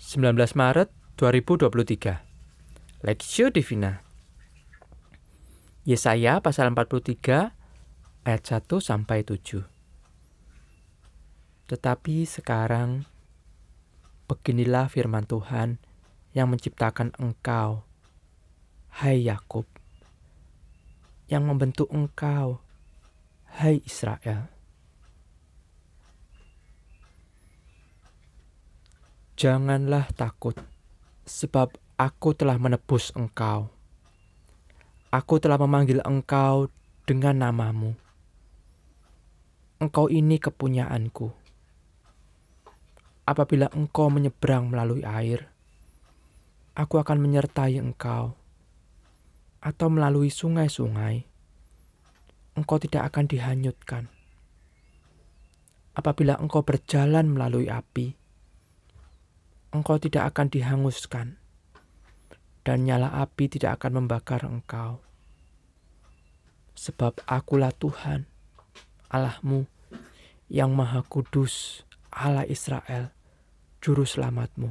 19 Maret 2023. Lectio Divina. Yesaya pasal 43 ayat 1 sampai 7. Tetapi sekarang beginilah firman Tuhan yang menciptakan engkau, hai Yakub, yang membentuk engkau, hai Israel. Janganlah takut, sebab aku telah menebus engkau. Aku telah memanggil engkau dengan namamu. Engkau ini kepunyaanku. Apabila engkau menyeberang melalui air, aku akan menyertai engkau. Atau melalui sungai-sungai, engkau tidak akan dihanyutkan. Apabila engkau berjalan melalui api, engkau tidak akan dihanguskan, dan nyala api tidak akan membakar engkau. Sebab akulah Tuhan, Allahmu, yang Maha Kudus, Allah Israel, Juru Selamatmu.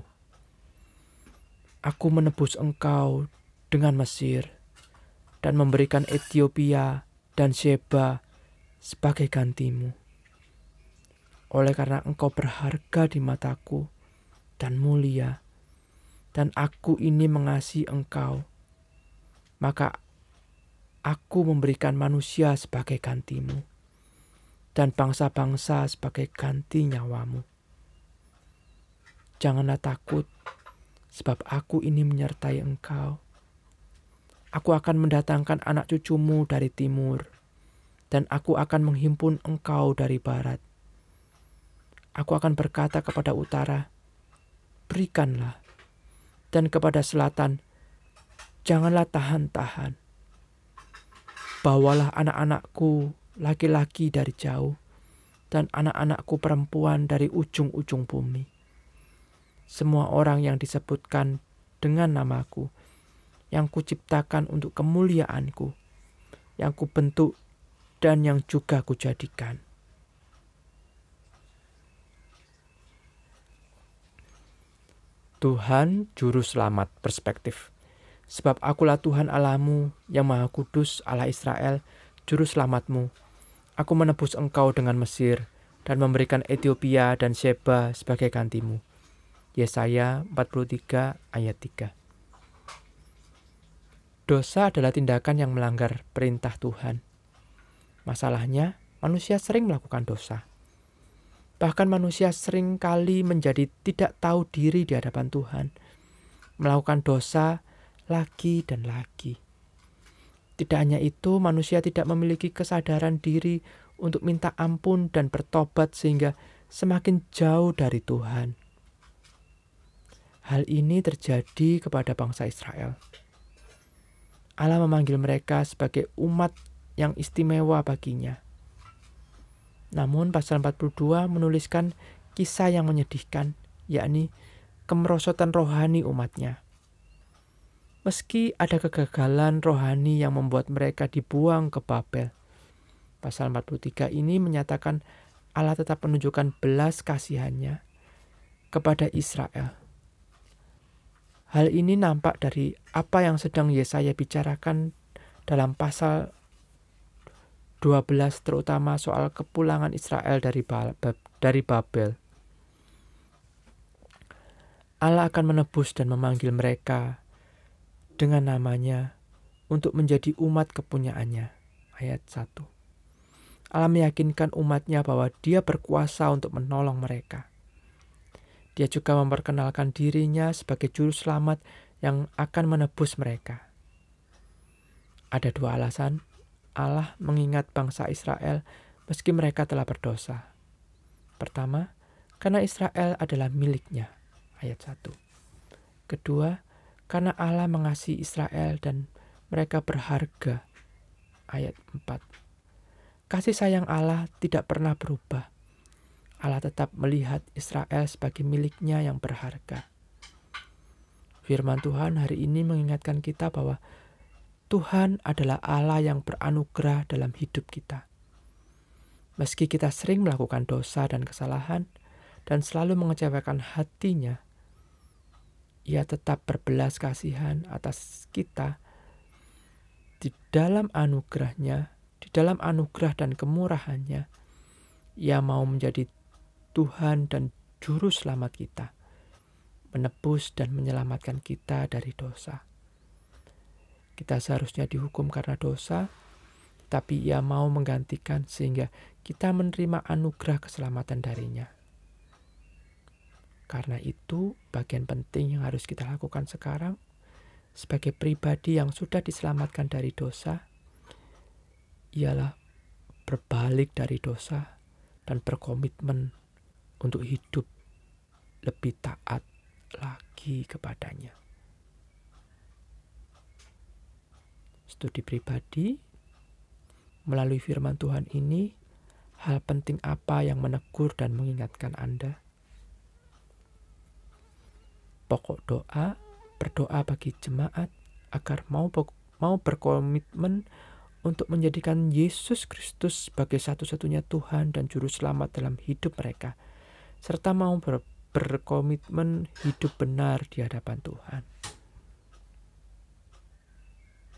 Aku menebus engkau dengan Mesir, dan memberikan Etiopia dan Sheba sebagai gantimu. Oleh karena engkau berharga di mataku dan mulia, dan aku ini mengasihi engkau, maka aku memberikan manusia sebagai gantimu, dan bangsa-bangsa sebagai ganti nyawamu. Janganlah takut, sebab aku ini menyertai engkau. Aku akan mendatangkan anak cucumu dari timur, dan aku akan menghimpun engkau dari barat. Aku akan berkata kepada utara, berikanlah, dan kepada selatan, janganlah tahan-tahan. Bawalah anak-anakku laki-laki dari jauh, dan anak-anakku perempuan dari ujung-ujung bumi. Semua orang yang disebutkan dengan namaku, yang kuciptakan untuk kemuliaanku, yang kubentuk dan yang juga kujadikan. Tuhan Juru Selamat perspektif. Sebab akulah Tuhan Allahmu yang Maha Kudus, Allah Israel, Juru Selamatmu. Aku menebus engkau dengan Mesir dan memberikan Etiopia dan Sheba sebagai gantimu. Yesaya 43 ayat 3. Dosa adalah tindakan yang melanggar perintah Tuhan. Masalahnya, manusia sering melakukan dosa. Bahkan manusia sering kali menjadi tidak tahu diri di hadapan Tuhan, melakukan dosa lagi dan lagi. Tidak hanya itu, manusia tidak memiliki kesadaran diri untuk minta ampun dan bertobat sehingga semakin jauh dari Tuhan. Hal ini terjadi kepada bangsa Israel. Allah memanggil mereka sebagai umat yang istimewa baginya. Namun pasal 42 menuliskan kisah yang menyedihkan, yakni kemerosotan rohani umatnya. Meski ada kegagalan rohani yang membuat mereka dibuang ke Babel, pasal 43 ini menyatakan Allah tetap menunjukkan belas kasihannya kepada Israel. Hal ini nampak dari apa yang sedang Yesaya bicarakan dalam pasal 12, terutama soal kepulangan Israel dari Babel. Allah akan menebus dan memanggil mereka dengan namanya untuk menjadi umat kepunyaannya. Ayat 1. Allah meyakinkan umatnya bahwa Dia berkuasa untuk menolong mereka. Dia juga memperkenalkan dirinya sebagai juru selamat yang akan menebus mereka. Ada dua alasan Allah mengingat bangsa Israel meski mereka telah berdosa. Pertama, karena Israel adalah miliknya. Ayat 1. Kedua, karena Allah mengasihi Israel dan mereka berharga. Ayat 4. Kasih sayang Allah tidak pernah berubah. Allah tetap melihat Israel sebagai miliknya yang berharga. Firman Tuhan hari ini mengingatkan kita bahwa Tuhan adalah Allah yang beranugerah dalam hidup kita. Meski kita sering melakukan dosa dan kesalahan dan selalu mengecewakan hatinya, Ia tetap berbelas kasihan atas kita di dalam anugerahnya, di dalam anugerah dan kemurahannya. Ia mau menjadi Tuhan dan Juru Selamat kita, menebus dan menyelamatkan kita dari dosa. Kita seharusnya dihukum karena dosa, tapi Ia mau menggantikan sehingga kita menerima anugerah keselamatan darinya. Karena itu, bagian penting yang harus kita lakukan sekarang sebagai pribadi yang sudah diselamatkan dari dosa ialah berbalik dari dosa dan berkomitmen untuk hidup lebih taat lagi kepadanya. Studi pribadi melalui firman Tuhan ini, hal penting apa yang menegur dan mengingatkan Anda? Pokok doa, berdoa bagi jemaat agar mau berkomitmen untuk menjadikan Yesus Kristus sebagai satu-satunya Tuhan dan Juru Selamat dalam hidup mereka, serta mau berkomitmen hidup benar di hadapan Tuhan.